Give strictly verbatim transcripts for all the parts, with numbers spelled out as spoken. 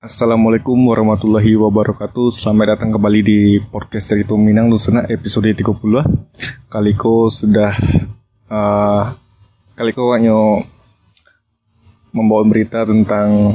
Assalamualaikum warahmatullahi wabarakatuh. Selamat datang kembali di podcast Cerita Minang Lusena episode tiga puluh. Kaliko sudah uh, Kaliko hanya membawa berita tentang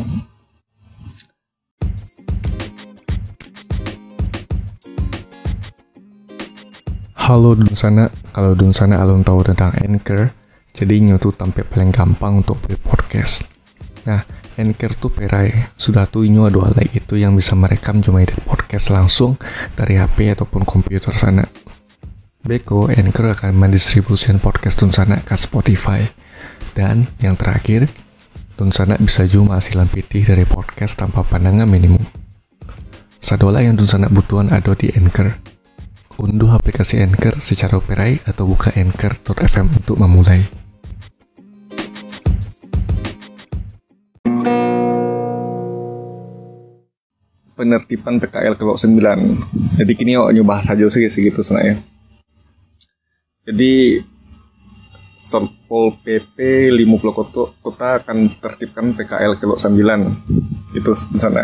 Halo Dunsana, kalau Dunsana alun tahu tentang Anchor, jadi nyotu tampil paling gampang untuk buat podcast. Nah, Anchor tuh perai, sudah tuh inyo dua like itu yang bisa merekam cuma edit podcast langsung dari H P ataupun komputer sana. Beko, Anchor akan mendistribusikan podcast Dunsana ke Spotify. Dan yang terakhir, Dunsana bisa cuma hasilan pitih dari podcast tanpa pandangan minimum. Sadola yang Dunsana butuhan ada di Anchor. Unduh aplikasi Anchor secara perai atau buka anchor dot f m untuk memulai. Penertiban P K L Kelok sembilan. Jadi kini aku nyoba saja sih segitu sebenarnya. Jadi Satpol P P lima puluh kota, kota akan tertibkan P K L Kelok sembilan. Itu di sana.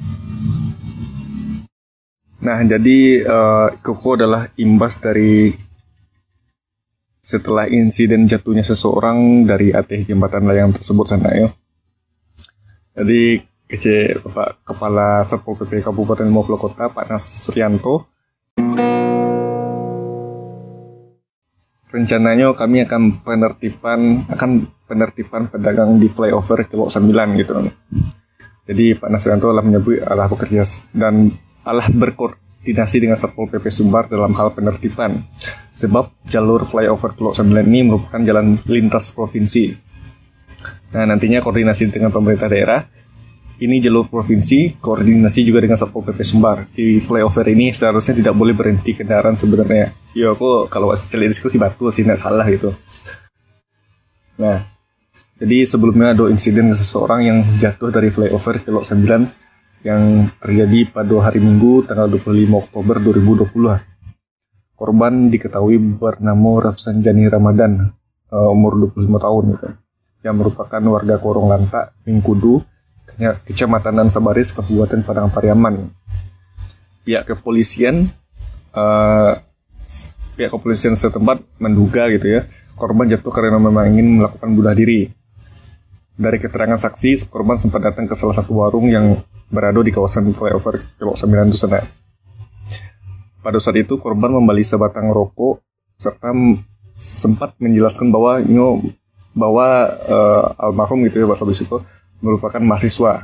Nah, jadi uh, Koko adalah imbas dari setelah insiden jatuhnya seseorang dari atas jembatan layang tersebut sana ya. Jadi kece Bapak Kepala Satpol P P Kabupaten Moplo Kota Pak Nas Srianto, rencananya kami akan penertiban akan penertiban pedagang di flyover Kelok sembilan gitu. Jadi Pak Nas Srianto telah menyebut alah bekerja dan alah berkoordinasi dengan Satpol P P Sumbar dalam hal penertiban. Sebab jalur flyover Kelok sembilan ini merupakan jalan lintas provinsi. Nah, nantinya koordinasi dengan pemerintah daerah. Ini jalur provinsi, koordinasi juga dengan Satpol P P Sumbar. Di flyover ini seharusnya tidak boleh berhenti kendaraan sebenarnya. Ya aku kalau celi diskusi batu sih tidak salah gitu. Nah, jadi sebelumnya ada insiden seseorang yang jatuh dari flyover Kelok sembilan yang terjadi pada hari Minggu tanggal dua puluh lima Oktober dua ribu dua puluh. Korban diketahui bernama Rafsanjani Ramadan, uh, umur dua puluh lima tahun gitu, yang merupakan warga Korong Lanta, Mingkudu, Kecamatan Sabaris, Kabupaten Padang Pariaman. Pihak kepolisian uh, pihak kepolisian setempat menduga gitu ya, korban jatuh karena memang ingin melakukan bunuh diri. Dari keterangan saksi, korban sempat datang ke salah satu warung yang berada di kawasan flyover Kelok sembilan itu sana. Pada saat itu korban membeli sebatang rokok serta m- sempat menjelaskan bahwa nyo bahwa uh, almarhum gitu ya bahasa itu merupakan mahasiswa.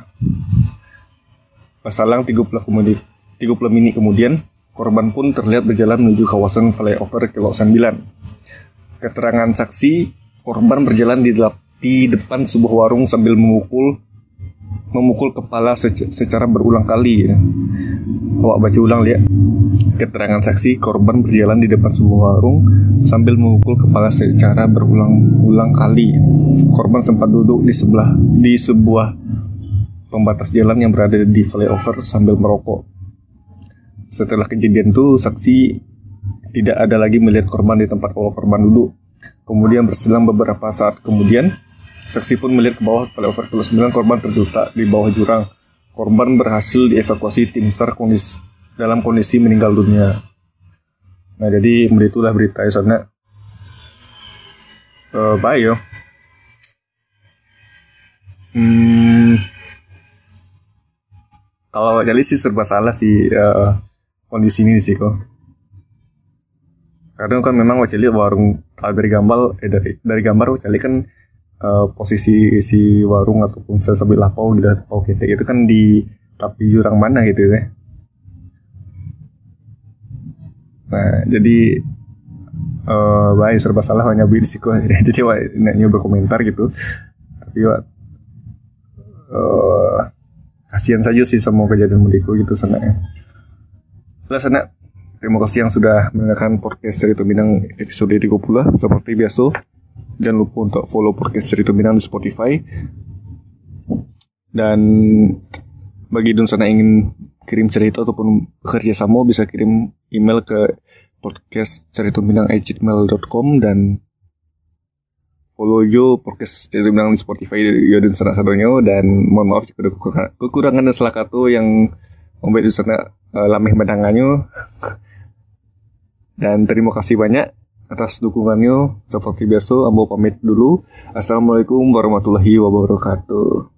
Pasalang tiga puluh menit kemudian korban pun terlihat berjalan menuju kawasan flyover Kelok sembilan. Keterangan saksi, korban berjalan di delap di depan sebuah warung sambil memukul memukul kepala sec- secara berulang kali ya. Awak baca ulang lihat. Keterangan saksi, korban berjalan di depan sebuah warung sambil memukul kepala secara berulang-ulang kali. Korban sempat duduk di sebelah di sebuah pembatas jalan yang berada di flyover sambil merokok. Setelah kejadian itu, saksi tidak ada lagi melihat korban di tempat awal korban duduk. Kemudian berselang beberapa saat kemudian, saksi pun melihat ke bawah flyover Kelok sembilan, korban tergeletak di bawah jurang. Korban berhasil dievakuasi tim SAR kondisi, dalam kondisi meninggal dunia. Nah, jadi itulah berita ya sana. Uh, bye yo. Hmm, kalau jadi sih serba salah sih uh, kondisi ini sih kok. Karena kan memang wajah lihat warung dari gambar eh dari dari gambar wajah lihat kan uh, posisi si warung ataupun sesabil lapau gitu lapau ketek itu kan di tapi jurang mana gitu ya. Nah, jadi uh, baik serba salah hanya beli sih kok. Jadi wah nyoba berkomentar gitu. Tapi wah uh, kasihan saja sih semua kejadian mudiku gitu sana ya. Lah sana. Terima kasih yang sudah mendengarkan podcast Cerita Minang episode tiga puluh. Seperti biasa, jangan lupa untuk follow podcast Cerita Minang di Spotify. Dan bagi Dunsana ingin kirim cerita ataupun bekerja sama, bisa kirim email ke podcast cerita minang at gmail dot com. Dan follow jo podcast jadi bilang di Spotify yo dan sana sadonyo, dan mohon maaf jika ada kekurangan, kekurangan dan salah kata yang membuat itu sana uh, lameh mendangannya. Dan terima kasih banyak atas dukungannya. Seperti biasa, ambo pamit dulu. Assalamualaikum warahmatullahi wabarakatuh.